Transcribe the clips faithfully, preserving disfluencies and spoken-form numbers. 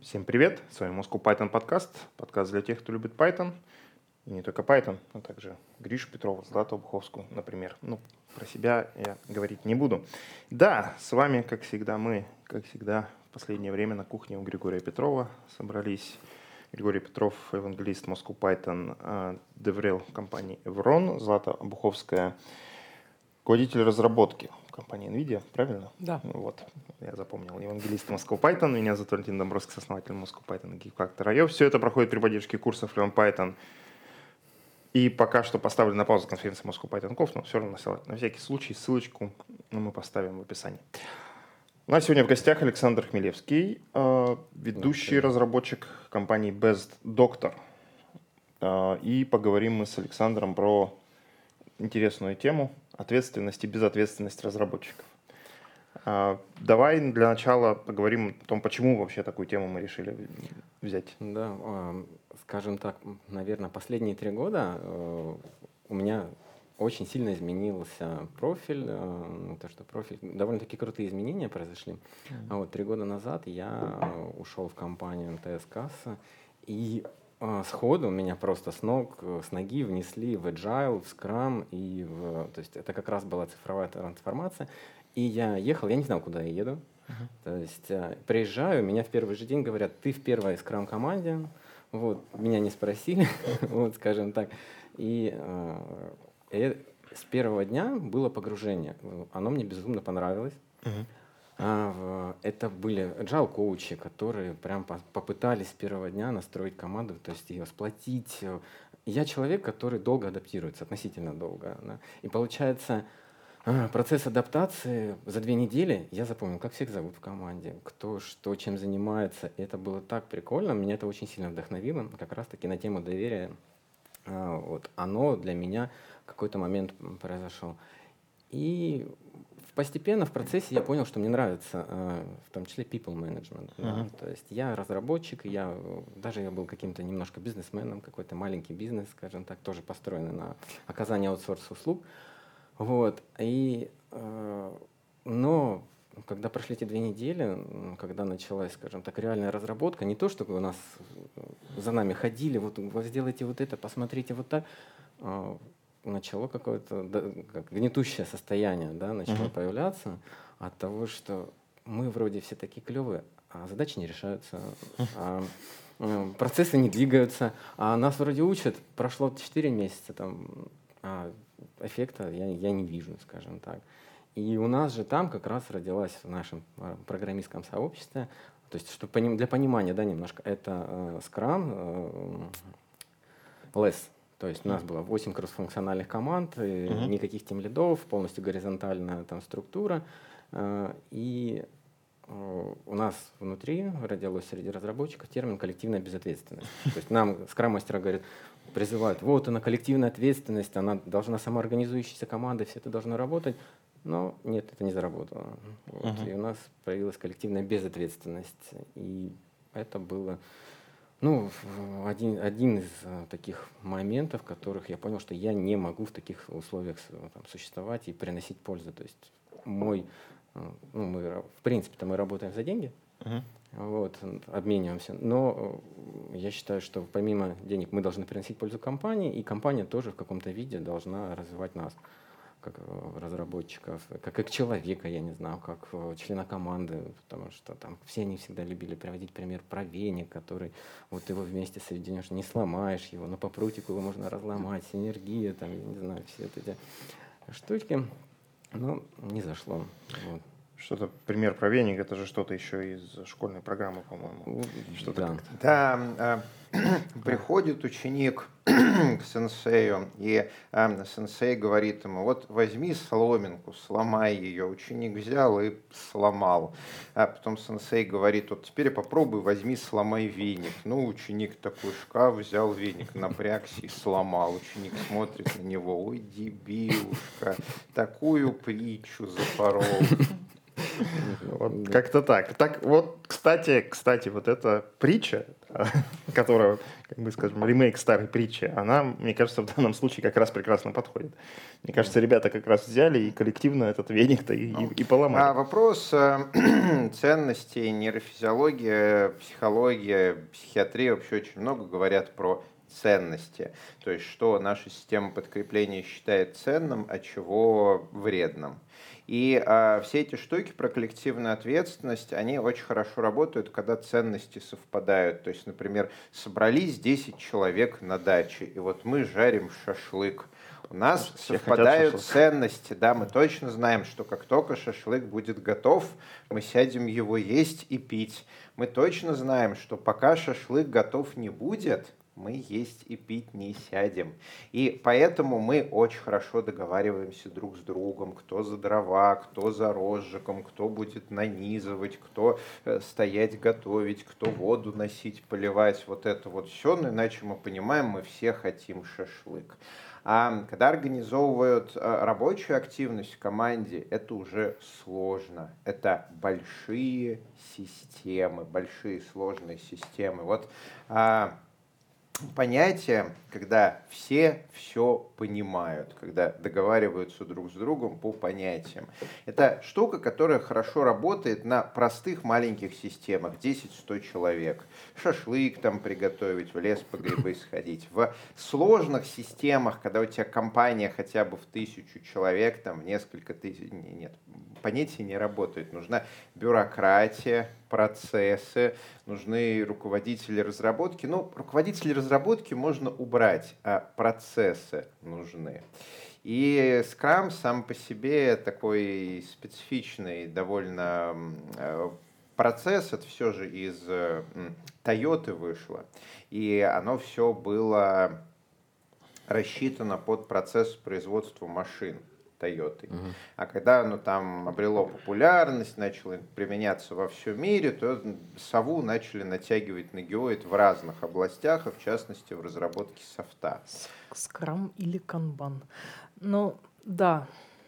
Всем привет, с вами Moscow Python подкаст, подкаст для тех, кто любит Python, и не только Python, но также Гришу Петрова, Злату Обуховскую, например. Ну, про себя я говорить не буду. Да, с вами, как всегда, мы, как всегда, в последнее время на кухне у Григория Петрова собрались. Григорий Петров, евангелист Moscow Python, деврел компании Evron, Злата Обуховская, руководитель разработки компании NVIDIA, правильно? Да. Вот, я запомнил. Евангелист Moscow Python. Меня зовут Валентин Домбровский, основатель Moscow Python и Geekfactor точка ай о. Все это проходит при поддержке курсов Learn Python. И пока что поставлю на паузу конференции Moscow Python Conf, но все равно на всякий случай ссылочку мы поставим в описании. У нас сегодня в гостях Александр Хмелевский, ведущий okay. разработчик компании Best Doctor. И поговорим мы с Александром про интересную тему ответственность и безответственность разработчиков. Давай для начала поговорим о том, почему вообще такую тему мы решили взять. Да, скажем так, наверное, последние три года у меня очень сильно изменился профиль, то что профиль, довольно-таки крутые изменения произошли. Mm-hmm. А вот три года назад я ушел в компанию эм тэ эс Касса, и сходу меня просто с ног, с ноги внесли в Agile, в Scrum, и в, то есть это как раз была цифровая трансформация. И я ехал, я не знал, куда я еду. Uh-huh. То есть приезжаю, меня в первый же день говорят, ты в первой Scrum команде. Вот, меня не спросили, вот, скажем так. И э, с первого дня было погружение. Оно мне безумно понравилось. Uh-huh. Это были agile-коучи, которые прям попытались с первого дня настроить команду, то есть ее сплотить. Я человек, который долго адаптируется, относительно долго. Да? И получается, процесс адаптации за две недели я запомнил, как всех зовут в команде, кто что, чем занимается. И это было так прикольно, меня это очень сильно вдохновило, как раз-таки на тему доверия. Вот, оно для меня в какой-то момент произошел. И постепенно в процессе я понял, что мне нравится, э, в том числе people management. Uh-huh. Да? То есть я разработчик, я, даже я был каким-то немножко бизнесменом, какой-то маленький бизнес, скажем так, тоже построенный на оказание аутсорс-услуг. Вот. И, э, но когда прошли эти две недели, когда началась, скажем так, реальная разработка, не то, чтобы у нас за нами ходили, вот вы сделайте вот это, посмотрите вот так, э, начало какое-то да, как гнетущее состояние, да, начало uh-huh. появляться от того, что мы вроде все такие клевые, а задачи не решаются, uh-huh. а, а, процессы не двигаются, а нас вроде учат, прошло четыре месяца, там, а эффекта я, я не вижу, скажем так. И у нас же там как раз родилась в нашем программистском сообществе, то есть что для понимания, да, немножко, это э, Scrum, э, лес. То есть у нас было восемь кроссфункциональных команд, uh-huh. никаких тимлидов, полностью горизонтальная там структура. И у нас внутри родилось среди разработчиков термин «коллективная безответственность». То есть нам скрам-мастера говорят, призывают, вот она коллективная ответственность, она должна самоорганизующаяся команда, все это должно работать. Но нет, это не заработало. Вот. Uh-huh. И у нас появилась коллективная безответственность. И это было... Ну, один, один из а, таких моментов, в которых я понял, что я не могу в таких условиях там, существовать и приносить пользу. То есть мой, ну, мы, в принципе-то мы работаем за деньги, uh-huh. вот, обмениваемся, но я считаю, что помимо денег мы должны приносить пользу компании, и компания тоже в каком-то виде должна развивать нас, как разработчиков, как и человека, я не знаю, как члена команды, потому что там все они всегда любили приводить пример про веник, который вот его вместе соединешь, не сломаешь его, но по прутику его можно разломать, синергия, там, я не знаю, все эти штучки, но не зашло. Вот. Что-то, пример про веник, это же что-то еще из школьной программы, по-моему. Что-то да. как-то. Да, э, приходит ученик к сенсею, и э, сенсей говорит ему, вот возьми соломинку, сломай ее. Ученик взял и сломал. А потом сенсей говорит, вот теперь попробуй, возьми, сломай веник. Ну, ученик такой шкаф взял веник, напрягся и сломал. Ученик смотрит на него, ой, дебилушка, такую притчу запорол. Вот да. Как-то так. Так вот, кстати, кстати, вот эта притча, которая, как бы скажем, ремейк старой притчи, она, мне кажется, в данном случае как раз прекрасно подходит. Мне кажется, ребята как раз взяли и коллективно этот веник-то и, ну, и, и поломали. А вопрос э, ценностей, нейрофизиология, психология, психиатрия вообще очень много говорят про ценности. То есть, что наша система подкрепления считает ценным, а чего вредным. И а, все эти штуки про коллективную ответственность, они очень хорошо работают, когда ценности совпадают. То есть, например, собрались десять человек на даче, и вот мы жарим шашлык. У нас все совпадают ценности, да, мы точно знаем, что как только шашлык будет готов, мы сядем его есть и пить. Мы точно знаем, что пока шашлык готов не будет, мы есть и пить не сядем. И поэтому мы очень хорошо договариваемся друг с другом, кто за дрова, кто за розжигом, кто будет нанизывать, кто стоять готовить, кто воду носить, поливать, вот это вот все. Но иначе мы понимаем, мы все хотим шашлык. А когда организовывают рабочую активность в команде, это уже сложно. Это большие системы, большие сложные системы. Вот а, понятие, когда все все понимают, когда договариваются друг с другом по понятиям. Это штука, которая хорошо работает на простых маленьких системах, десять-сто человек. Шашлык там приготовить, в лес по грибы сходить. В сложных системах, когда у тебя компания хотя бы в тысячу человек, там в несколько тысяч, нет, понятия не работает. Нужна бюрократия, процессы, нужны руководители разработки. Ну, руководители разработки можно убрать, а процессы нужны. И Scrum сам по себе такой специфичный довольно процесс, это все же из Toyota вышло, и оно все было рассчитано под процесс производства машин Toyota. Uh-huh. А когда оно там обрело популярность, начало применяться во всем мире, то сову начали натягивать на геоид в разных областях, а в частности в разработке софта. Скрам или канбан. Ну, да.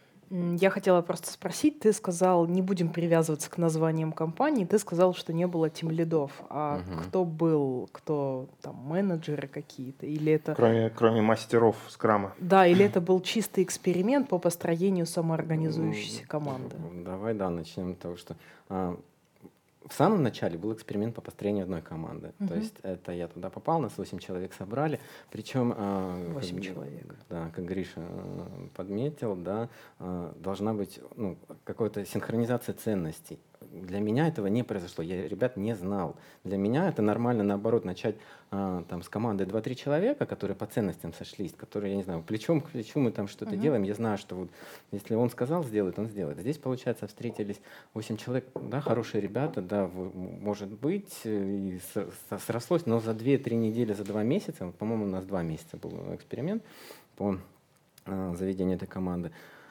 Я хотела просто спросить, ты сказал, не будем привязываться к названиям компаний, ты сказал, что не было тимлидов. А угу. кто был, кто там менеджеры какие-то? Или это... Кроме, кроме мастеров скрама. Да, или это был чистый эксперимент по построению самоорганизующейся команды? Давай, да, начнем с того, что... А, в самом начале был эксперимент по построению одной команды. Uh-huh. То есть это я туда попал, нас восемь человек собрали. Причем... восемь человек. Да, как Гриша подметил, да, должна быть ну, какая-то синхронизация ценностей. Для меня этого не произошло, я ребят не знал. Для меня это нормально, наоборот, начать а, там, с командой два-три человека, которые по ценностям сошлись, которые, я не знаю, плечом к плечу мы там что-то uh-huh. делаем. Я знаю, что вот, если он сказал сделать, он сделает. Здесь, получается, встретились восемь человек, да, хорошие ребята, да, может быть, и срослось, но за две-три недели, за два месяца, по-моему, у нас два месяца был эксперимент по а, заведению этой команды,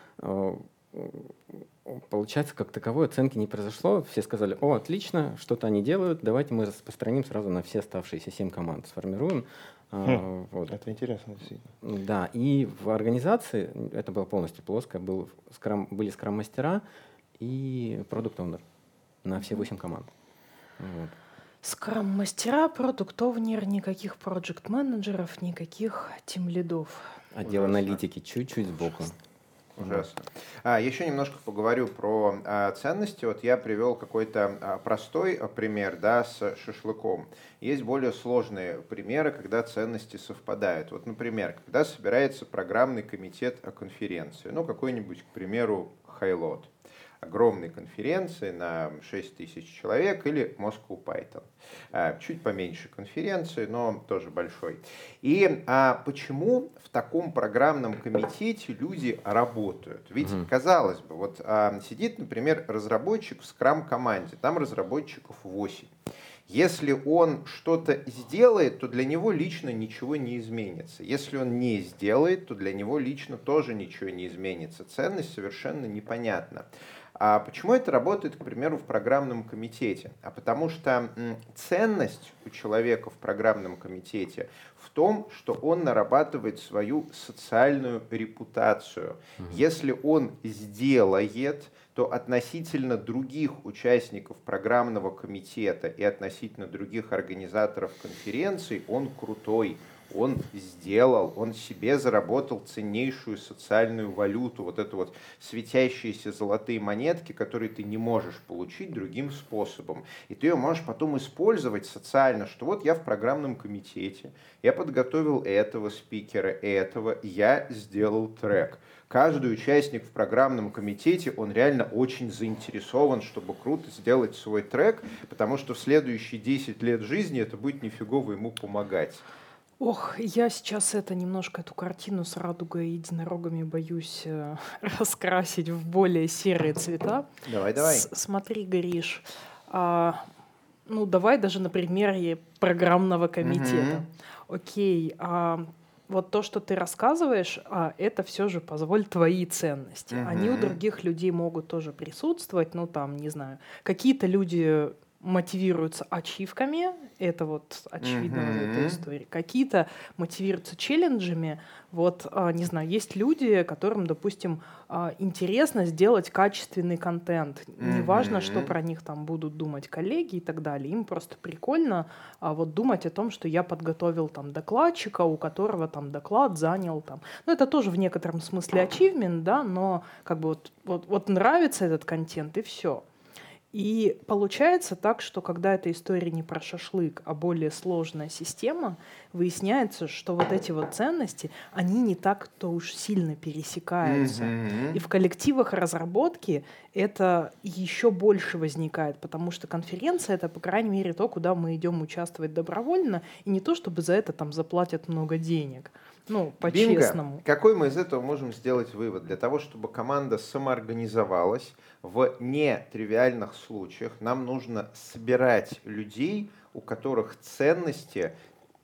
получается, как таковой оценки не произошло. Все сказали, о, отлично, что-то они делают, давайте мы распространим сразу на все оставшиеся семь команд, сформируем. Хм, вот. Это интересно, действительно. Да, и в организации, это было полностью плоско, был скрам, были скрам-мастера и продукт-оунер на все восемь команд. Вот. Скрам-мастера, продукт-оунер, никаких проект-менеджеров, никаких тимлидов. Отдел аналитики чуть-чуть сбоку. Ужасно. А, еще немножко поговорю про а, ценности. Вот я привел какой-то а, простой а, пример, да, с шашлыком. Есть более сложные примеры, когда ценности совпадают. Вот, например, когда собирается программный комитет о конференции, ну, какой-нибудь, к примеру, Хайлот. Огромной конференции на шесть тысяч человек или Moscow Python. Чуть поменьше конференции, но тоже большой. И а, почему в таком программном комитете люди работают? Ведь, mm-hmm. казалось бы, вот а, сидит, например, разработчик в скрам-команде, там разработчиков восемь. Если он что-то сделает, то для него лично ничего не изменится. Если он не сделает, то для него лично тоже ничего не изменится. Ценность совершенно непонятна. А почему это работает, к примеру, в программном комитете? А потому что м, ценность у человека в программном комитете в том, что он нарабатывает свою социальную репутацию. Mm-hmm. Если он сделает, то относительно других участников программного комитета и относительно других организаторов конференций он крутой. Он сделал, он себе заработал ценнейшую социальную валюту, вот это вот светящиеся золотые монетки, которые ты не можешь получить другим способом. И ты ее можешь потом использовать социально, что вот я в программном комитете, я подготовил этого спикера, этого, я сделал трек. Каждый участник в программном комитете, он реально очень заинтересован, чтобы круто сделать свой трек, потому что в следующие десять лет жизни это будет нифигово ему помогать. Ох, я сейчас это немножко эту картину с радугой и единорогами боюсь э, раскрасить в более серые цвета. Давай, давай. С- смотри, Гриш, а, ну давай даже на примере программного комитета. Mm-hmm. Окей, а вот то, что ты рассказываешь, а, это все же, позволь, твои ценности. Mm-hmm. Они у других людей могут тоже присутствовать, ну там, не знаю, какие-то люди мотивируются ачивками, это вот очевидно mm-hmm. в этой истории. Какие-то мотивируются челленджами. Вот, а, не знаю, есть люди, которым, допустим, а, интересно сделать качественный контент. Mm-hmm. Неважно, что про них там будут думать коллеги и так далее. Им просто прикольно а, вот думать о том, что я подготовил там докладчика, у которого там доклад занял там. Ну, это тоже в некотором смысле achievement, да, но как бы вот, вот, вот нравится этот контент, и все. И получается так, что когда эта история не про шашлык, а более сложная система, выясняется, что вот эти вот ценности, они не так-то уж сильно пересекаются. Mm-hmm. И в коллективах разработки это еще больше возникает, потому что конференция — это, по крайней мере, то, куда мы идем участвовать добровольно, и не то, чтобы за это там заплатят много денег. Ну, по-честному. Бинго. Какой мы из этого можем сделать вывод? Для того, чтобы команда самоорганизовалась, в нетривиальных случаях нам нужно собирать людей, у которых ценности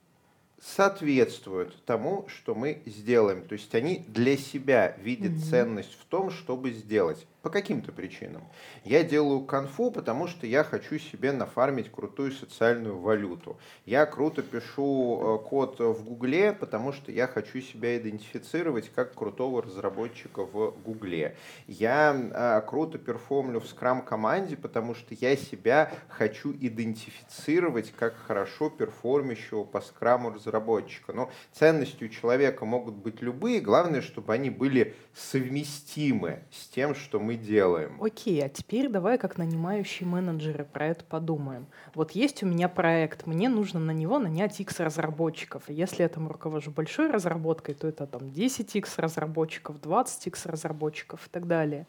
соответствуют тому, что мы сделаем. То есть они для себя видят mm-hmm. ценность в том, чтобы сделать. По каким-то причинам. Я делаю конфу, потому что я хочу себе нафармить крутую социальную валюту. Я круто пишу код в Гугле, потому что я хочу себя идентифицировать как крутого разработчика в Гугле. Я а, круто перформлю в скрам-команде, потому что я себя хочу идентифицировать как хорошо перформящего по скраму разработчика. Но ценности у человека могут быть любые, главное, чтобы они были совместимы с тем, что мы мы делаем. Окей, а теперь давай как нанимающие менеджеры про это подумаем. Вот есть у меня проект, мне нужно на него нанять X разработчиков. И если я там руковожу большой разработкой, то это там десять икс разработчиков, двадцать икс разработчиков и так далее.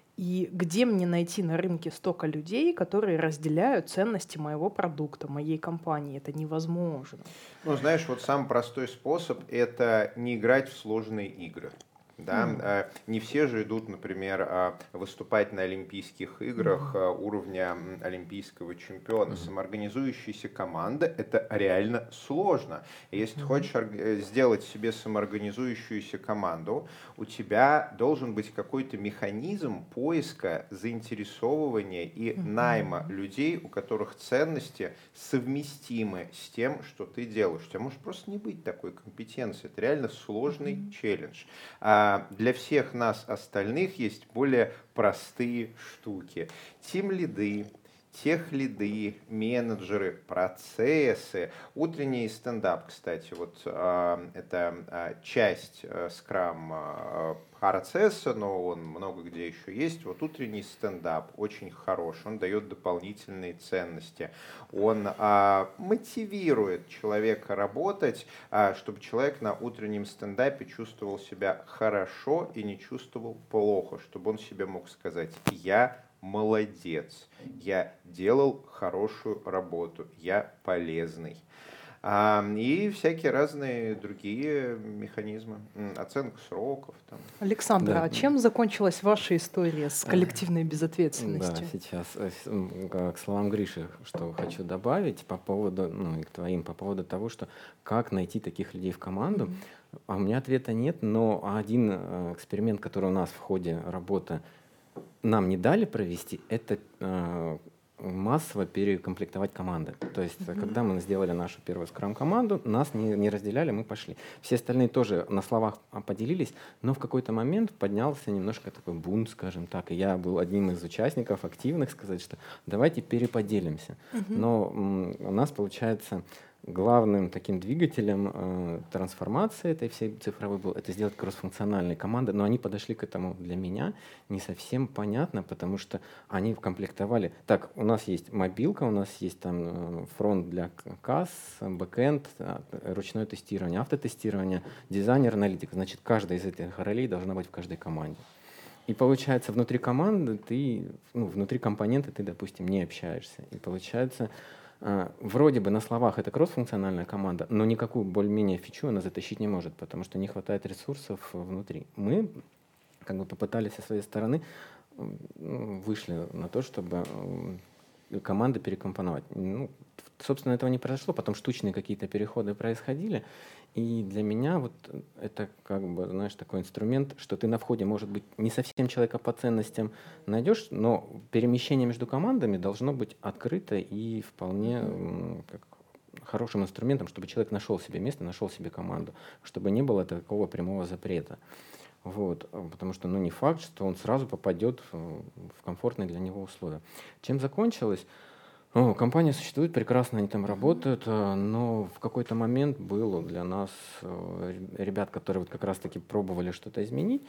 И где мне найти на рынке столько людей, которые разделяют ценности моего продукта, моей компании? Это невозможно. Ну, знаешь, вот самый простой способ – это не играть в сложные игры. Да? Mm. Не все же идут, например, выступать на Олимпийских играх mm. уровня олимпийского чемпиона. Mm. Самоорганизующаяся команда – это реально сложно. И если mm. ты хочешь сделать себе самоорганизующуюся команду, у тебя должен быть какой-то механизм поиска, заинтересовывания и mm. найма людей, у которых ценности совместимы с тем, что ты делаешь. У тебя может просто не быть такой компетенции. Это реально сложный mm. челлендж. Для всех нас остальных есть более простые штуки. Тимлиды, техлиды, менеджеры, процессы, утренний стендап, кстати, вот э, это э, часть э, скрам э, процесса, но он много где еще есть. Вот утренний стендап очень хорош, он дает дополнительные ценности, он э, мотивирует человека работать, э, чтобы человек на утреннем стендапе чувствовал себя хорошо и не чувствовал плохо, чтобы он себе мог сказать: я молодец, я делал хорошую работу, я полезный. А, и всякие разные другие механизмы, оценка сроков. Там. Александр, да. а чем закончилась ваша история с коллективной безответственностью? Да, сейчас к словам Гриши, что хочу добавить по поводу, ну и к твоим, по поводу того, что как найти таких людей в команду. Mm-hmm. А у меня ответа нет, но один эксперимент, который у нас в ходе работы нам не дали провести, это э, массово перекомплектовать команды. То есть, mm-hmm. когда мы сделали нашу первую скрам-команду, нас не, не разделяли, мы пошли. Все остальные тоже на словах поделились, но в какой-то момент поднялся немножко такой бунт, скажем так, и я был одним из участников активных, сказать, что давайте переподелимся. Mm-hmm. Но м, у нас, получается, главным таким двигателем э, трансформации этой всей цифровой был это сделать кроссфункциональные команды, но они подошли к этому для меня не совсем понятно, потому что они комплектовали. Так, у нас есть мобилка, у нас есть там фронт для касс, бэкэнд, ручное тестирование, автотестирование, дизайнер, аналитик. Значит, каждая из этих ролей должна быть в каждой команде. И получается, внутри команды ты, ну, внутри компонента ты, допустим, не общаешься. И получается, Uh, вроде бы на словах это кроссфункциональная команда, но никакую более-менее фичу она затащить не может, потому что не хватает ресурсов внутри. Мы как бы попытались со своей стороны, вышли на то, чтобы команды перекомпоновать. Ну, собственно, этого не произошло, потом штучные какие-то переходы происходили, и для меня вот это как бы, знаешь, такой инструмент, что ты на входе, может быть, не совсем человека по ценностям найдешь, но перемещение между командами должно быть открыто и вполне как, хорошим инструментом, чтобы человек нашел себе место, нашел себе команду, чтобы не было такого прямого запрета. Вот, потому что ну, не факт, что он сразу попадет в комфортные для него условия. Чем закончилось? Ну, компания существует, прекрасно они там работают, но в какой-то момент было для нас, ребят, которые вот как раз-таки пробовали что-то изменить,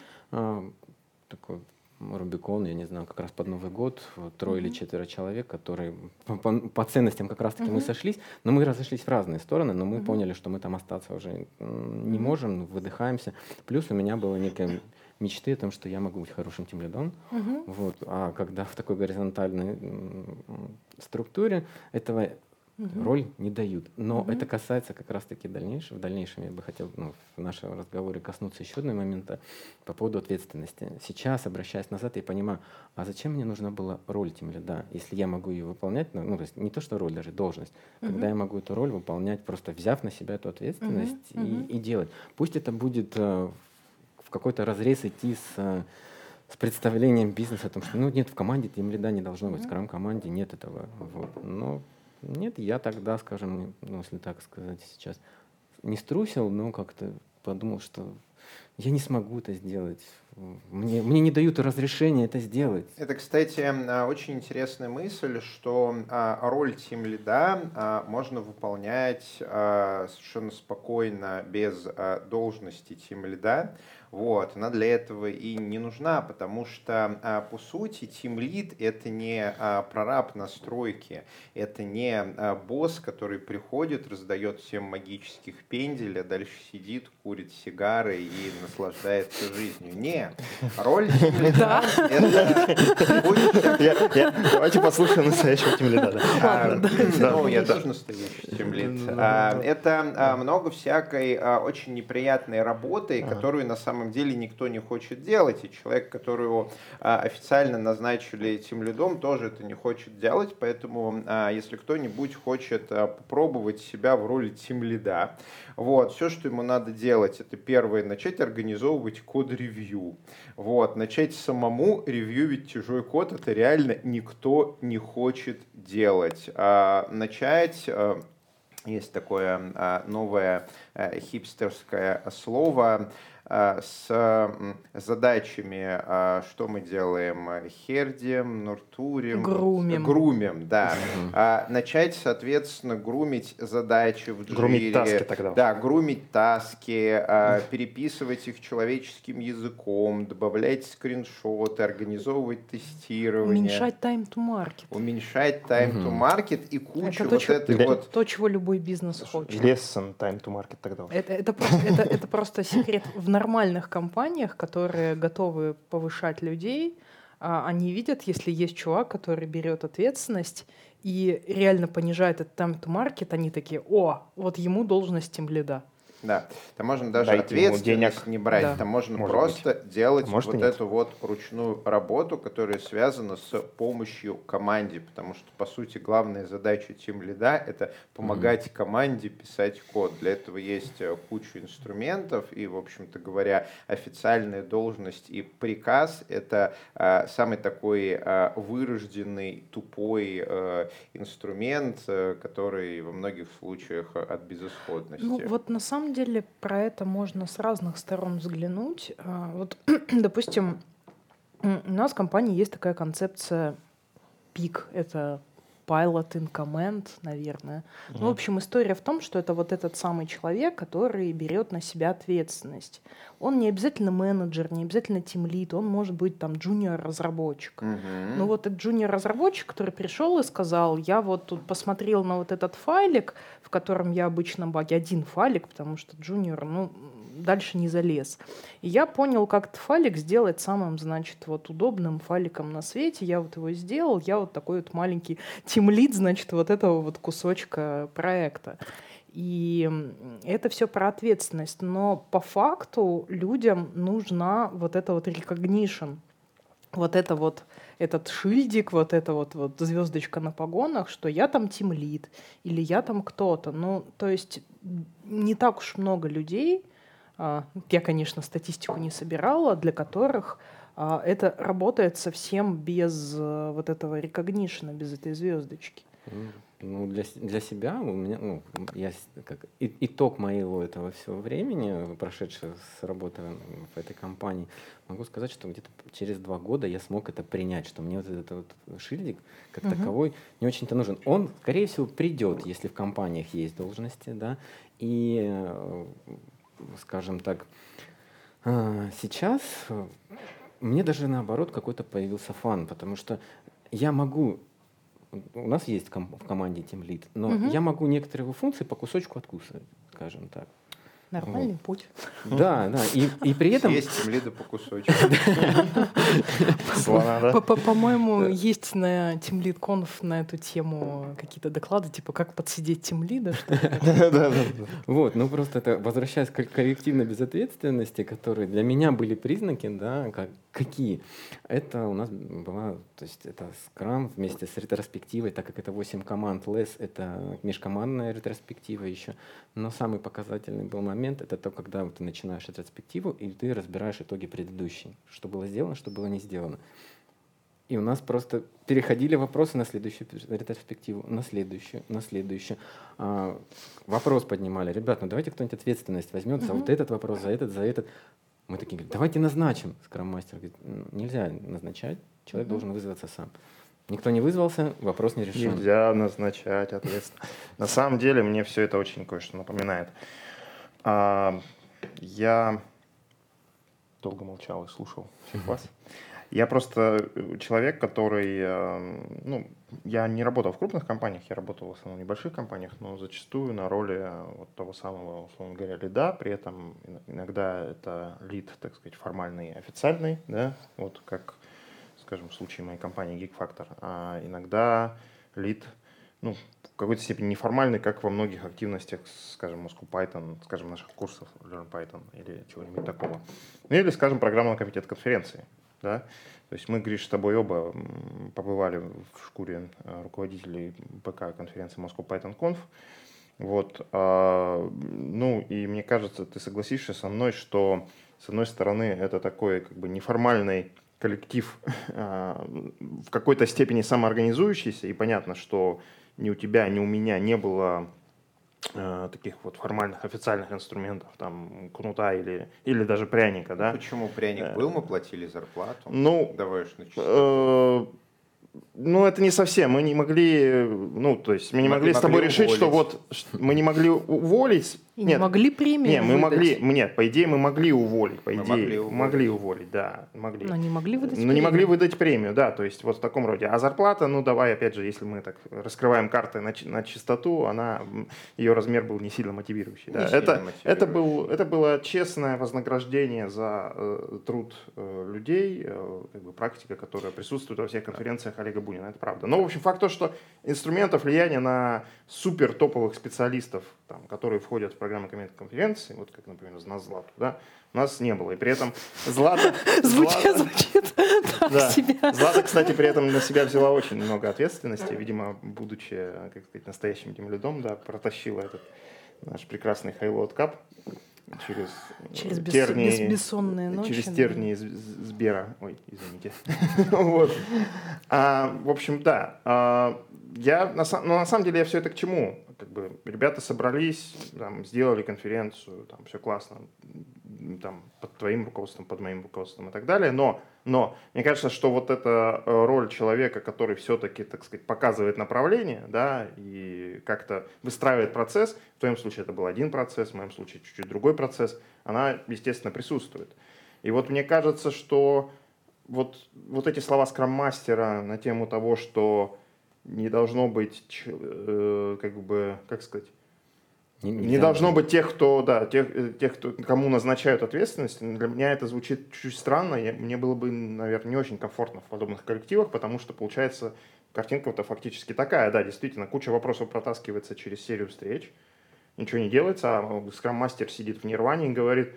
такой Рубикон, я не знаю, как раз под Новый год, трое mm-hmm. или четверо человек, которые по, по, по ценностям как раз-таки mm-hmm. мы сошлись, но мы разошлись в разные стороны, но мы mm-hmm. поняли, что мы там остаться уже не mm-hmm. можем, выдыхаемся. Плюс у меня было некое мечты о том, что я могу быть хорошим тимлидом. Uh-huh. Вот. А когда в такой горизонтальной структуре этого uh-huh. роль не дают. Но uh-huh. это касается как раз-таки дальнейшего. В дальнейшем я бы хотел ну, в нашем разговоре коснуться еще одного момента по поводу ответственности. Сейчас, обращаясь назад, я понимаю, а зачем мне нужна была роль тимлида, если я могу ее выполнять, ну, то есть не то, что роль, даже должность, uh-huh. когда я могу эту роль выполнять, просто взяв на себя эту ответственность uh-huh. Uh-huh. И, и делать. Пусть это будет в какой-то разрез идти с, с представлением бизнеса о том, что ну, нет, в команде тимлида не должно быть, в скрам-команде нет этого. Вот. Но нет, я тогда, скажем, ну, если так сказать сейчас, не струсил, но как-то подумал, что я не смогу это сделать. Мне, мне не дают разрешения это сделать. Это, кстати, очень интересная мысль, что роль тимлида можно выполнять совершенно спокойно без должности тимлида. Вот, она для этого и не нужна, потому что, по сути, тимлид — это не прораб настройки, это не босс, который приходит, раздает всем магических пендель, а дальше сидит, курит сигары и наслаждается жизнью. Нет, роль тимлида — это... Давайте послушаем настоящего тимлида. Ну, я тоже настоящий тимлид. Это много всякой очень неприятной работы, которую на самом самом деле никто не хочет делать, и человек, которого а, официально назначили тимлидом, тоже это не хочет делать, поэтому а, если кто-нибудь хочет а, попробовать себя в роли тимлида, вот, все, что ему надо делать, это первое, начать организовывать код-ревью, вот, начать самому ревьювить чужой код, это реально никто не хочет делать, а, начать... А, есть такое а, новое а, хипстерское слово с задачами, что мы делаем, хердим, нуртурим, грумим, грумим, да. Mm-hmm. Начать, соответственно, грумить задачи в джире. Грумить таски тогда. Да, грумить таски, mm-hmm. переписывать их человеческим языком, добавлять скриншоты, организовывать тестирование. Уменьшать time to market. Уменьшать time mm-hmm. to market и кучу это вот то, этой это вот... То, чего любой бизнес хочет. Lesson time to market тогда. Это, это, просто, это, это просто секрет в нормальных компаниях, которые готовы повышать людей, они видят, если есть чувак, который берет ответственность и реально понижает этот time to market, они такие: о, вот ему должность тимлида. Да, там можно даже Дайте ему ответственность денег. не брать, Да. там можно Может просто делать Может, и вот нет. эту вот ручную работу, которая связана с помощью команде, потому что, по сути, главная задача тимлида — это помогать mm-hmm. команде писать код. Для этого есть куча инструментов, и, в общем-то говоря, официальная должность и приказ — это а, самый такой а, вырожденный, тупой а, инструмент, а, который во многих случаях от безысходности. Ну вот на самом деле про это можно с разных сторон взглянуть. Вот, допустим, у нас в компании есть такая концепция пик. Это pilot in command, наверное. Mm-hmm. Ну, в общем, история в том, что это вот этот самый человек, который берет на себя ответственность. Он не обязательно менеджер, не обязательно тимлид, он может быть там джуниор-разработчик. Mm-hmm. Ну вот этот джуниор-разработчик, который пришел и сказал, я вот тут посмотрел на вот этот файлик, в котором я обычно баги, один файлик, потому что джуниор, ну, дальше не залез. И я понял, как этот файлик сделать самым, значит, вот удобным файликом на свете. Я вот его сделал, я вот такой вот маленький тимлид, значит, вот этого вот кусочка проекта. И это все про ответственность. Но по факту людям нужна вот эта вот recognition, вот это вот этот шильдик, вот эта вот, вот звездочка на погонах, что я там тимлид или я там кто-то. Ну, то есть не так уж много людей, я, конечно, статистику не собирала, для которых это работает совсем без вот этого рекогнишена, без этой звездочки. Ну, для, для себя у меня, ну, я как и, итог моего этого всего времени, прошедшего с работы в этой компании, могу сказать, что где-то через два года я смог это принять, что мне вот этот вот шильдик как uh-huh. таковой не очень-то нужен. Он, скорее всего, придет, если в компаниях есть должности, да, и, скажем так, сейчас мне даже наоборот какой-то появился фан, потому что я могу, у нас есть ком- в команде тимлид, но угу. я могу некоторые его функции по кусочку откусывать, скажем так. Нормальный вот. Путь. Да, да. И, и при этом... Есть тимлида по кусочку. По-моему, есть на TeamLead.conf на эту тему какие-то доклады, типа как подсидеть тимлида. Вот, ну просто это, возвращаясь к коллективной безответственности, которые для меня были признаки, да, какие? Это у нас была, то есть это Scrum вместе с ретроспективой, так как это восемь команд, лес — это межкомандная ретроспектива еще. Но самый показательный был момент, это то, когда ты начинаешь ретроспективу, и ты разбираешь итоги предыдущей. Что было сделано, что было не сделано. И у нас просто переходили вопросы на следующую ретроспективу, на следующую, на следующую. А, вопрос поднимали. Ребят, ну давайте кто-нибудь ответственность возьмет за uh-huh. вот этот вопрос, за этот, за этот. Мы такие говорим, давайте назначим. Скрам-мастер говорит, нельзя назначать, человек uh-huh. должен вызваться сам. Никто не вызвался, вопрос не решен. Нельзя назначать ответственность. На самом деле мне все это очень кое-что напоминает. А, я долго молчал и слушал всех вас. Я просто человек, который, ну, я не работал в крупных компаниях, я работал в основном в небольших компаниях, но зачастую на роли вот того самого, условно говоря, лида, при этом иногда это лид, так сказать, формальный, официальный, да, вот как, скажем, в случае моей компании Geek Factor, а иногда лид, ну, в какой-то степени неформальный, как во многих активностях, скажем, Moscow Python, скажем, наших курсов Learn Python или чего-нибудь такого. Ну или, скажем, программного комитета конференции. Да? То есть мы, Гриш, с тобой оба побывали в шкуре руководителей ПК конференции Moscow Python Conf. Вот. Ну и мне кажется, ты согласишься со мной, что с одной стороны это такой как бы неформальный коллектив, в какой-то степени самоорганизующийся, и понятно, что ни у тебя, ни у меня не было э, таких вот формальных официальных инструментов, там, кнута или, или даже пряника, да. Почему пряник был, мы платили зарплату? Ну, давай уж начнем. Э, ну, это не совсем. Мы не могли, ну, то есть мы не могли, могли с тобой решить, уволить. Что вот мы не могли уволить. И не могли премию Нет, мы выдать. могли, нет, по идее мы могли уволить, по мы идее могли уволить. могли уволить, да, могли. Но не могли выдать Но премию. не могли выдать премию, да, то есть вот в таком роде. А зарплата, ну давай опять же, если мы так раскрываем карты на, на чистоту, она, ее размер был не сильно мотивирующий. Да. Не Это, сильно это, был, это было честное вознаграждение за э, труд э, людей, э, как бы практика, которая присутствует во всех конференциях Олега Бунина, это правда. Но в общем факт то, что инструментов влияния на супер топовых специалистов там, которые входят в программу конференции, вот как, например, у нас Злату, да, у нас не было. И при этом Злата... Звучит, звучит так себе. Злата, кстати, при этом на себя взяла очень много ответственности, видимо, будучи, как сказать, настоящим тимлидом, да, протащила этот наш прекрасный Highload Cup через, через бес, тернии, бес, бессонные ночи. Через тернии да. Сбера. Ой, извините. вот. а, в общем, да. А, я, на, но на самом деле я все это к чему? Как бы, ребята собрались, там, сделали конференцию, там, все классно, там, под твоим руководством, под моим руководством и так далее. Но, но мне кажется, что вот эта роль человека, который все-таки, так сказать, показывает направление, да, и как-то выстраивает процесс, в твоем случае это был один процесс, в моем случае чуть-чуть другой процесс, она, естественно, присутствует. И вот мне кажется, что вот, вот эти слова скрам-мастера на тему того, что не должно быть, э, как бы, как сказать, не, не должно быть тех, кто, да, тех, тех, кто, кому назначают ответственность. Для меня это звучит чуть-чуть странно. Я, мне было бы, наверное, не очень комфортно в подобных коллективах, потому что, получается, картинка-то фактически такая. Да, действительно, куча вопросов протаскивается через серию встреч, ничего не делается, а скрам-мастер сидит в нирване и говорит: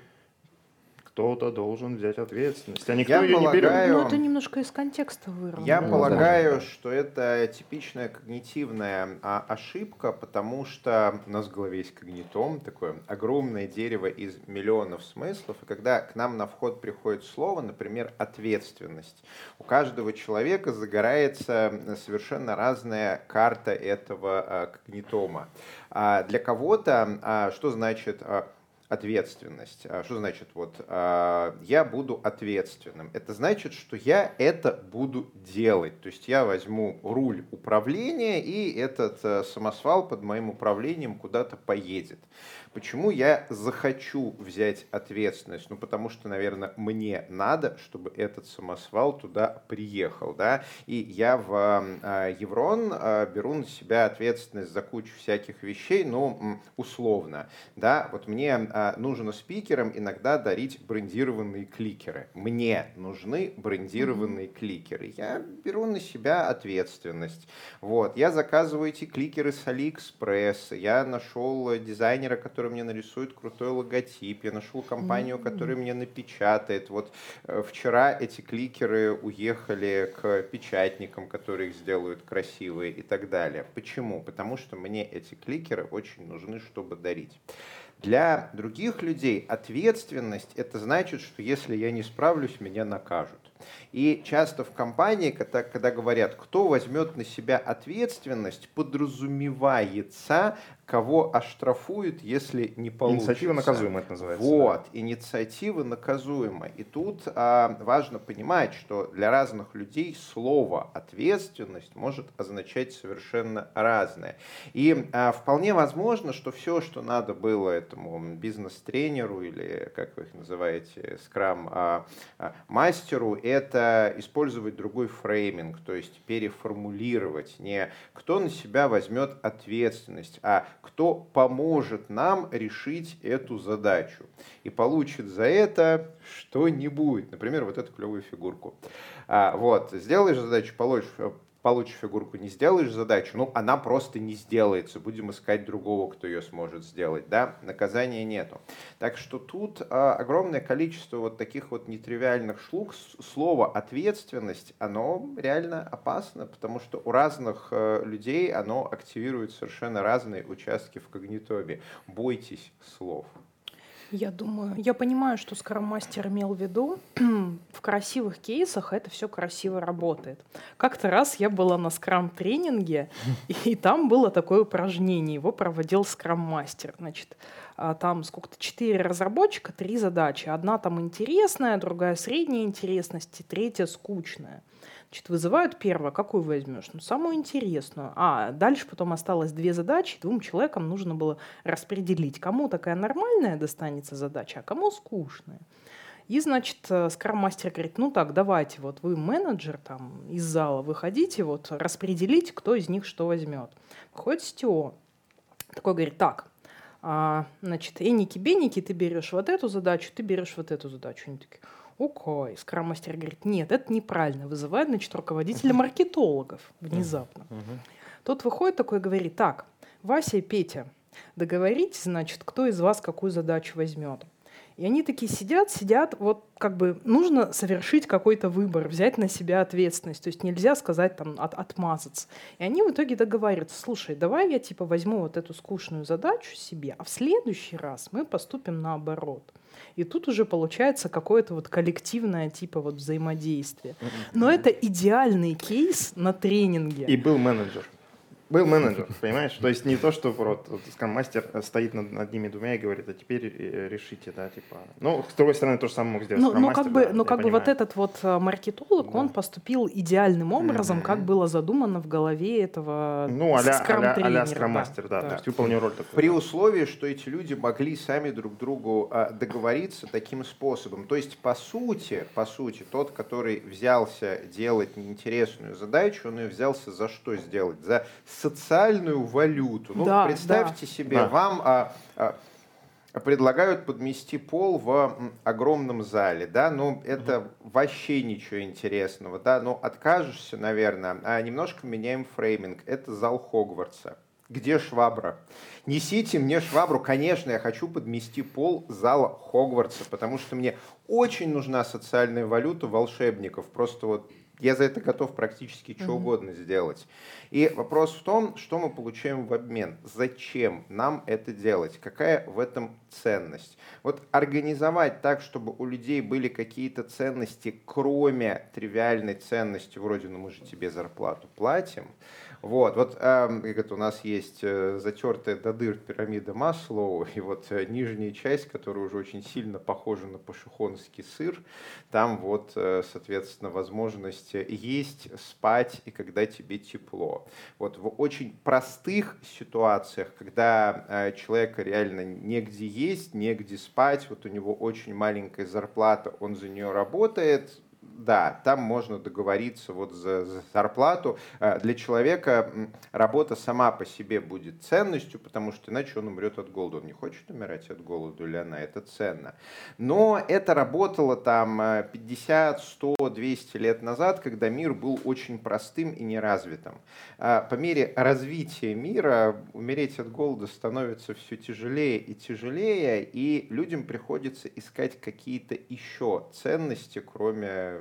кто-то должен взять ответственность, а никто я ее полагаю, не берет. Ну, это немножко из контекста вырвано. Я да. полагаю, что это типичная когнитивная а, ошибка, потому что у нас в голове есть когнитом, такое огромное дерево из миллионов смыслов, и когда к нам на вход приходит слово, например, ответственность, у каждого человека загорается совершенно разная карта этого а, когнитома. А для кого-то, а, что значит... А, ответственность. Что значит вот я буду ответственным? Это значит, что я это буду делать. То есть я возьму руль управления, и этот самосвал под моим управлением куда-то поедет. Почему я захочу взять ответственность? Ну, потому что, наверное, мне надо, чтобы этот самосвал туда приехал, да, и я в э, Еврон э, беру на себя ответственность за кучу всяких вещей, ну, условно, да, вот мне э, нужно спикерам иногда дарить брендированные кликеры. Мне нужны брендированные mm-hmm. кликеры. Я беру на себя ответственность. Вот, я заказываю эти кликеры с AliExpress, я нашел дизайнера, который мне нарисует крутой логотип, я нашел компанию, mm-hmm. которая мне напечатает. Вот э, вчера эти кликеры уехали к печатникам, которые их сделают красивые и так далее. Почему? Потому что мне эти кликеры очень нужны, чтобы дарить. Для других людей ответственность — это значит, что если я не справлюсь, меня накажут. И часто в компании, когда, когда говорят, кто возьмет на себя ответственность, подразумевается, кого оштрафуют, если не получится. Инициатива наказуема, это называется. Вот, да. Инициатива наказуема. И тут а, важно понимать, что для разных людей слово «ответственность» может означать совершенно разное. И а, вполне возможно, что все, что надо было этому бизнес-тренеру или, как вы их называете, скрам-мастеру, это использовать другой фрейминг, то есть переформулировать. Не кто на себя возьмет ответственность, а кто поможет нам решить эту задачу и получит за это что-нибудь. Например, вот эту клевую фигурку. А, вот, сделаешь задачу, получишь, получишь фигурку, не сделаешь задачу, ну, она просто не сделается. Будем искать другого, кто ее сможет сделать. Да? Наказания нету. Так что тут а, огромное количество вот таких вот нетривиальных шлюх. Слово «ответственность», оно реально опасно, потому что у разных а, людей оно активирует совершенно разные участки в когнитоме. Бойтесь слов. Я думаю, я понимаю, что скрам-мастер имел в виду. В красивых кейсах это все красиво работает. Как-то раз я была на скрам-тренинге, и там было такое упражнение. Его проводил скрам-мастер. Значит, там сколько-то четыре разработчика, три задачи. Одна там интересная, другая средней интересности, третья скучная. Значит, вызывают первое, какую возьмешь? Ну, самую интересную. А дальше потом осталось две задачи, двум человекам нужно было распределить, кому такая нормальная достанется задача, а кому скучная. И, значит, скрам-мастер говорит, ну так, давайте, вот вы менеджер там из зала, выходите, вот распределите, кто из них что возьмет. Выходит си ти о, такой говорит, так, а, значит, эники-беники, ты берешь вот эту задачу, ты берешь вот эту задачу. Они такие, окей. Скрам-мастер говорит, нет, это неправильно. Вызывает, значит, руководителя маркетологов внезапно. Uh-huh. Uh-huh. Тот выходит такой и говорит, так, Вася и Петя, Договоритесь, значит, кто из вас какую задачу возьмет. И они такие сидят, сидят, вот как бы нужно совершить какой-то выбор, взять на себя ответственность. То есть нельзя сказать там от, отмазаться. И они в итоге договариваются: слушай, давай я типа возьму вот эту скучную задачу себе, а в следующий раз мы поступим наоборот. И тут уже получается какое-то вот коллективное типа вот взаимодействие. Но это идеальный кейс на тренинге. И был менеджер. Был менеджер, понимаешь? То есть не то, что вот, вот скам-мастер стоит над, над ними двумя и говорит: а теперь решите, да, типа. Ну, с другой стороны, то же самое мог сделать ну, скам-мастер. Ну, как бы, да, ну, как бы вот этот вот маркетолог, да. он поступил идеальным образом, mm-hmm. как было задумано в голове этого ну, а-ля, скрам-тренера. А-ля, а-ля скам-мастер, да, да. да. То есть выполнил роль такую. При условии, что эти люди могли сами друг другу а, договориться таким способом. То есть, по сути, по сути, тот, который взялся делать неинтересную задачу, он ее взялся за что сделать? За социальную валюту. Ну, да, представьте да. себе, да. вам а, а, предлагают подмести пол в огромном зале, да, ну, это uh-huh. вообще ничего интересного, да, ну, откажешься, наверное, а немножко меняем фрейминг, это зал Хогвартса. Где швабра? Несите мне швабру. Конечно, я хочу подмести пол зала Хогвартса, потому что мне очень нужна социальная валюта волшебников. Просто вот я за это готов практически что mm-hmm. угодно сделать. И вопрос в том, что мы получаем в обмен. Зачем нам это делать? Какая в этом ценность? Вот организовать так, чтобы у людей были какие-то ценности, кроме тривиальной ценности, вроде, ну мы же тебе зарплату платим. Вот, вот э, как это у нас есть э, затертая до дыр пирамида Маслоу, и вот э, нижняя часть, которая уже очень сильно похожа на пашихонский сыр, там вот, э, соответственно, возможность есть, спать и когда тебе тепло. Вот в очень простых ситуациях, когда э, человека реально негде есть, негде спать, вот у него очень маленькая зарплата, он за нее работает, да, там можно договориться вот за, за зарплату. Для человека работа сама по себе будет ценностью, потому что иначе он умрет от голода. Он не хочет умирать от голода, или она, это ценно. Но это работало там пятьдесят, сто, двести лет назад, когда мир был очень простым и неразвитым. По мере развития мира умереть от голода становится все тяжелее и тяжелее, и людям приходится искать какие-то еще ценности, кроме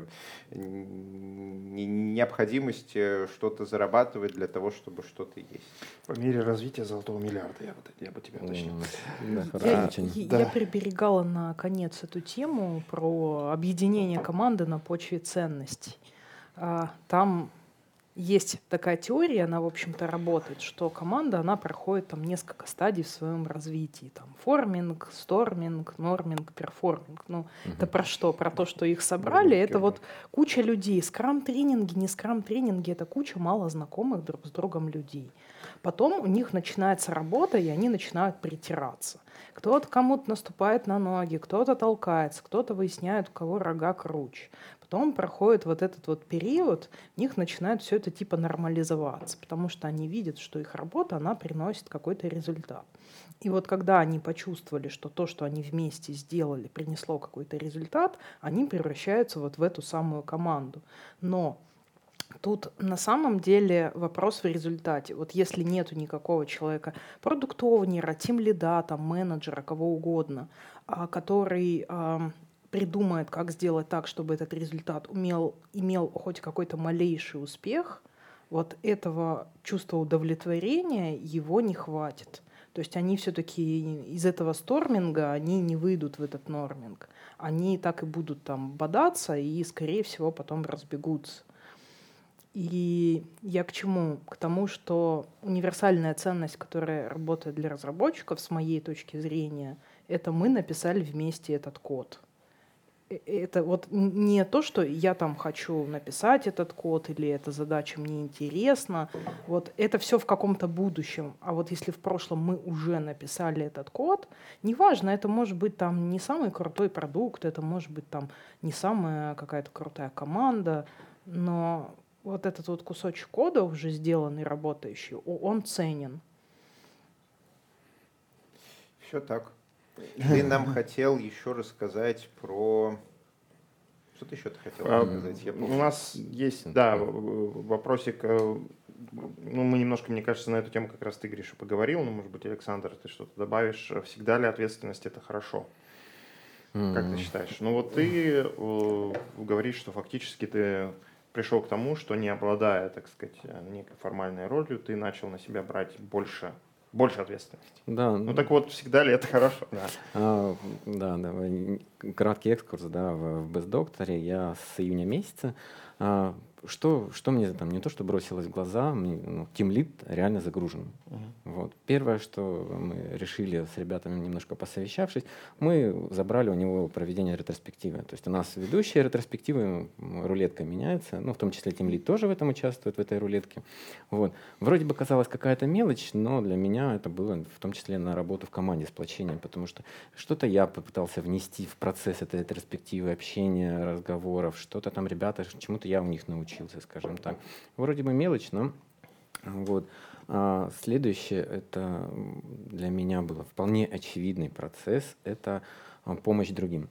необходимости что-то зарабатывать для того, чтобы что-то есть. По мере развития золотого миллиарда, я бы, я бы тебя уточнил. Mm, я, я, да. я приберегала на конец эту тему про объединение команды на почве ценностей. Там есть такая теория, она, в общем-то, работает, что команда, она проходит там несколько стадий в своем развитии. Там форминг, сторминг, норминг, перформинг. Ну, uh-huh. это про что? Про то, что их собрали. Uh-huh. Это вот куча людей. Скрам-тренинги, не скрам-тренинги, это куча мало знакомых друг с другом людей. Потом у них начинается работа, и они начинают притираться. Кто-то кому-то наступает на ноги, кто-то толкается, кто-то выясняет, у кого рога круче. Потом проходит вот этот вот период, у них начинает все это типа нормализоваться, потому что они видят, что их работа, она приносит какой-то результат. И вот когда они почувствовали, что то, что они вместе сделали, принесло какой-то результат, они превращаются вот в эту самую команду. Но тут на самом деле вопрос в результате. Вот если нету никакого человека, продукт-оунера, тимлида, там, менеджера, кого угодно, который придумает, как сделать так, чтобы этот результат умел, имел хоть какой-то малейший успех, вот этого чувства удовлетворения его не хватит. То есть они все-таки из этого сторминга, они не выйдут в этот норминг. Они так и будут там бодаться и, скорее всего, потом разбегутся. И я к чему? К тому, что универсальная ценность, которая работает для разработчиков, с моей точки зрения, это мы написали вместе этот код. Это вот не то, что я там хочу написать этот код, или эта задача мне интересна. Вот это все в каком-то будущем. А вот если в прошлом мы уже написали этот код, неважно, это может быть там не самый крутой продукт, это может быть там не самая какая-то крутая команда, но вот этот вот кусочек кода, уже сделанный, работающий, он ценен. Все так. Ты нам хотел еще рассказать про... Что ты еще хотел рассказать? У нас есть, да, вопросик. ну, мы немножко, мне кажется, на эту тему как раз ты, Гриша, поговорил, ну, может быть, Александр, ты что-то добавишь. Всегда ли ответственность — это хорошо? Mm. Как ты считаешь? Ну, вот ты э, говоришь, что фактически ты пришел к тому, что, не обладая, так сказать, некой формальной ролью, ты начал на себя брать больше, больше ответственности. Да. Ну, так вот, всегда ли это хорошо? Да, а, да, да, краткий экскурс, да, в, в BestDoctor я с июня месяца. А, что, что мне там не то, что бросилось в глаза, мне, ну, тимлид реально загружен. Uh-huh. Вот. Первое, что мы решили с ребятами, немножко посовещавшись, мы забрали у него проведение ретроспективы. То есть у нас ведущие ретроспективы, рулетка меняется, ну, в том числе тимлид тоже в этом участвует, в этой рулетке. Вот. Вроде бы казалась какая-то мелочь, но для меня это было в том числе на работу в команде, сплочение, потому что что-то я попытался внести в процесс этой ретроспективы, общения, разговоров, что-то там ребята, чему-то я у них научился, скажем так. Вроде бы мелочь, но вот. А следующее, это для меня был вполне очевидный процесс, это помощь другим.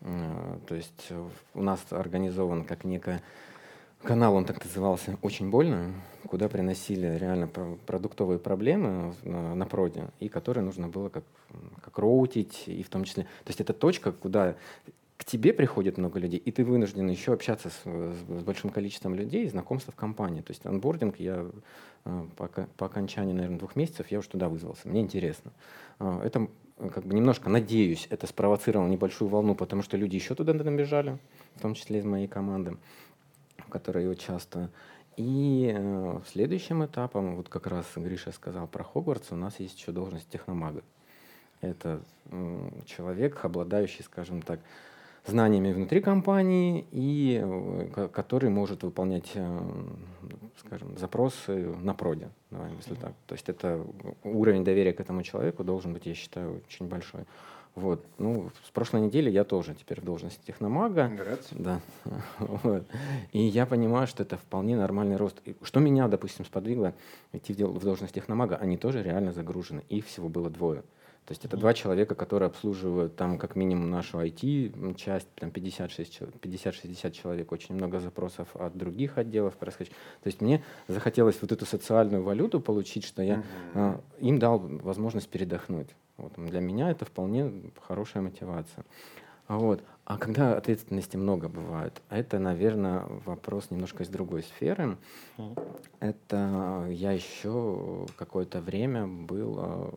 То есть у нас организован как некая канал, он так назывался «Очень больно», куда приносили реально продуктовые проблемы на, на проде, и которые нужно было как, как роутить, и в том числе... То есть это точка, куда к тебе приходит много людей, и ты вынужден еще общаться с, с большим количеством людей, знакомства в компании. То есть онбординг я по, по окончании, наверное, двух месяцев я уже туда вызвался. Мне интересно. Это как бы немножко, надеюсь, это спровоцировало небольшую волну, потому что люди еще туда набежали, в том числе из моей команды, в которой я участвую. И э, следующим этапом, вот как раз Гриша сказал про Хогвартс, у нас есть еще должность техномага. Это э, человек, обладающий, скажем так, знаниями внутри компании и э, который может выполнять, э, скажем, запросы на проде. Давай, если так. То есть это уровень доверия к этому человеку должен быть, я считаю, очень большой. Вот. Ну, с прошлой недели я тоже теперь в должности техномага. Да. Вот. И я понимаю, что это вполне нормальный рост. И что меня, допустим, сподвигло идти в должность техномага, они тоже реально загружены. Их всего было двое. То есть это mm-hmm. два человека, которые обслуживают там как минимум нашу ай ти-часть, там пятьдесят-шестьдесят человек, очень много запросов от других отделов происходит. То есть мне захотелось вот эту социальную валюту получить, что я mm-hmm. э, им дал возможность передохнуть. Вот. Для меня это вполне хорошая мотивация. Вот. А когда ответственности много бывает, это, наверное, вопрос немножко из другой сферы. Mm. Это я еще какое-то время был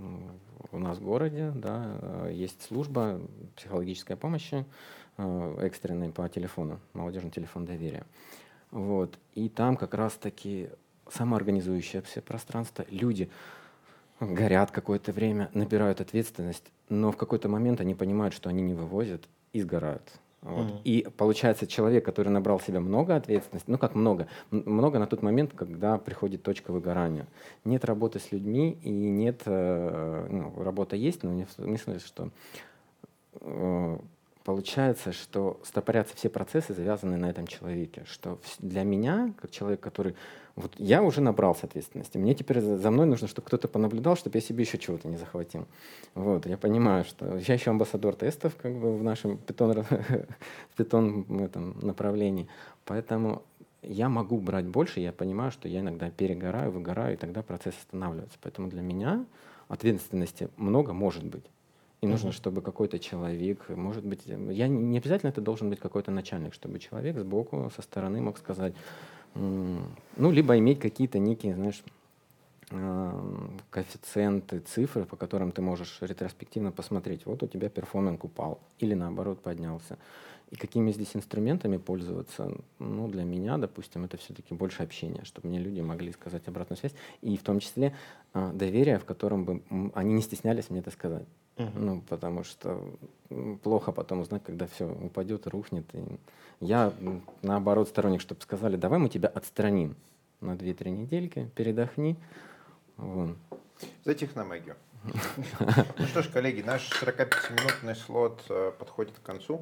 у нас в городе, да, есть служба психологической помощи экстренной по телефону, молодежный телефон доверия. Вот. И там как раз-таки самоорганизующееся пространство, люди горят какое-то время, набирают ответственность, но в какой-то момент они понимают, что они не вывозят и сгорают. Вот. Mm-hmm. И получается, человек, который набрал в себя много ответственности, ну как много, много на тот момент, когда приходит точка выгорания. Нет работы с людьми и нет, э, ну, работа есть, но не в смысле, что э, получается, что стопорятся все процессы, завязанные на этом человеке. Что для меня, как человек, который... Вот я уже набрался ответственности. Мне теперь за, за мной нужно, чтобы кто-то понаблюдал, чтобы я себе еще чего-то не захватил. Вот, я понимаю, что я еще амбассадор тестов как бы в нашем питон, в питон этом направлении. Поэтому я могу брать больше, я понимаю, что я иногда перегораю, выгораю, и тогда процесс останавливается. Поэтому для меня ответственности много может быть. И нужно, чтобы какой-то человек, может быть, я не обязательно это должен быть какой-то начальник, чтобы человек сбоку, со стороны мог сказать, ну, либо иметь какие-то некие, знаешь, коэффициенты, цифры, по которым ты можешь ретроспективно посмотреть, вот у тебя перформанс упал или наоборот поднялся. И какими здесь инструментами пользоваться, ну, для меня, допустим, это все-таки больше общения, чтобы мне люди могли сказать обратную связь, и в том числе э, доверие, в котором бы они не стеснялись мне это сказать. Uh-huh. Ну, потому что плохо потом узнать, когда все упадет, рухнет. И я, наоборот, сторонник, чтобы сказали, давай мы тебя отстраним на две-три недельки, передохни. Вон. За техномагию. Ну что ж, коллеги, наш сорокапятиминутный слот подходит к концу.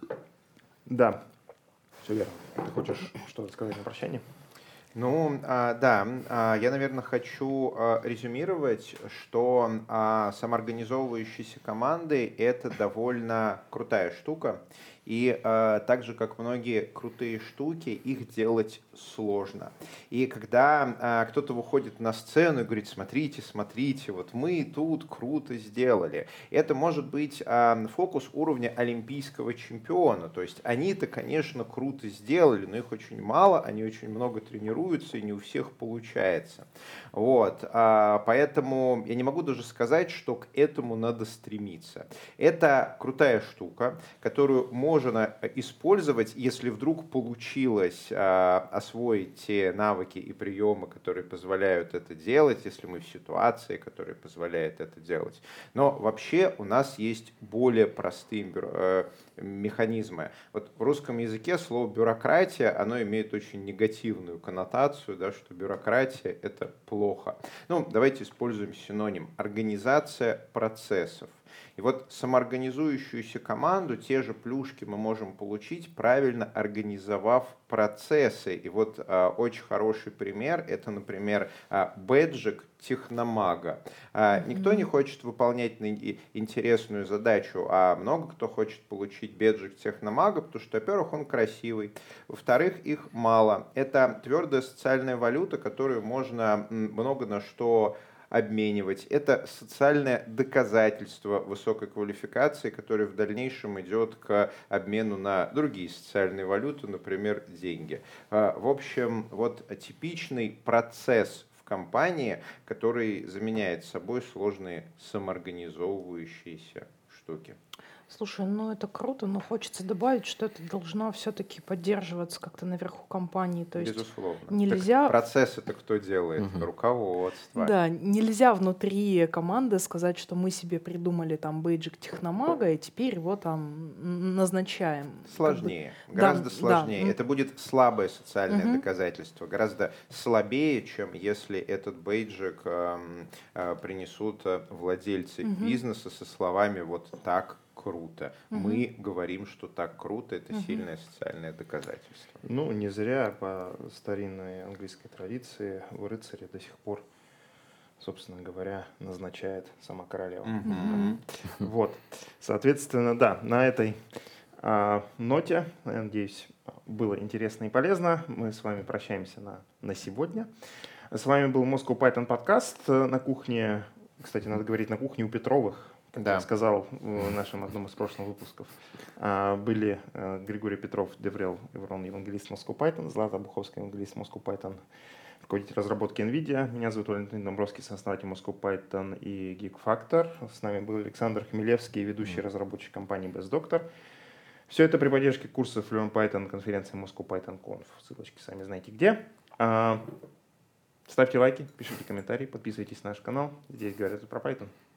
Да, все верно. Ты хочешь что-то сказать на прощание? Ну, а, да, а, я, наверное, хочу а, резюмировать, что а, самоорганизовывающиеся команды — это довольно крутая штука. И э, так же, как многие крутые штуки, их делать сложно. И когда э, кто-то выходит на сцену и говорит, смотрите, смотрите, вот мы тут круто сделали. Это может быть э, фокус уровня олимпийского чемпиона. То есть они-то, конечно, круто сделали, но их очень мало, они очень много тренируются, и не у всех получается. Вот. А, поэтому я не могу даже сказать, что к этому надо стремиться. Это крутая штука, которую можно использовать, если вдруг получилось а, освоить те навыки и приемы, которые позволяют это делать, если мы в ситуации, которая позволяет это делать. Но вообще у нас есть более простые э, механизмы. Вот в русском языке слово бюрократия, оно имеет очень негативную коннотацию, да, что бюрократия — это плохо. Ну, давайте используем синоним: организация процессов. И вот самоорганизующуюся команду, те же плюшки мы можем получить, правильно организовав процессы. И вот а, очень хороший пример — это, например, а, бэджик техномага. А, mm-hmm. Никто не хочет выполнять интересную задачу, а много кто хочет получить бэджик техномага, потому что, во-первых, он красивый, во-вторых, их мало. Это твердая социальная валюта, которую можно много на что обменивать. Это социальное доказательство высокой квалификации, которое в дальнейшем идет к обмену на другие социальные валюты, например, деньги. В общем, вот типичный процесс в компании, который заменяет собой сложные самоорганизовывающиеся штуки. Слушай, ну это круто, но хочется добавить, что это должно все-таки поддерживаться как-то наверху компании. То есть безусловно. Нельзя... Так процессы-то кто делает? Угу. Руководство. Да, нельзя внутри команды сказать, что мы себе придумали там бейджик техномага, и теперь его там назначаем. Сложнее, как бы... гораздо да, сложнее. Да. Это будет слабое социальное угу. доказательство, гораздо слабее, чем если этот бейджик э, э, принесут владельцы угу. бизнеса со словами «вот так круто». Угу. Мы говорим, что так круто, это угу. сильное социальное доказательство. Ну, не зря по старинной английской традиции в рыцаре до сих пор, собственно говоря, назначает сама королева. Угу. Вот. Соответственно, да, на этой а, ноте, я надеюсь, было интересно и полезно. Мы с вами прощаемся на, на сегодня. С вами был Moscow Python подкаст на кухне, кстати, надо говорить, на кухне у Петровых. Как да. я сказал в нашем одном из прошлых выпусков, были Григорий Петров, Деврел Иврон, евангелист Moscow Python, Злата Буховская, евангелист Moscow Python, руководитель разработки NVIDIA. Меня зовут Валентин Домбровский, сооснователь Moscow Python и Geek Factor. С нами был Александр Хмелевский, ведущий разработчик компании BestDoctor. Все это при поддержке курсов Learn Python, конференции Moscow Python Conf. Ссылочки сами знаете где. Ставьте лайки, пишите комментарии, подписывайтесь на наш канал. Здесь говорят про Python.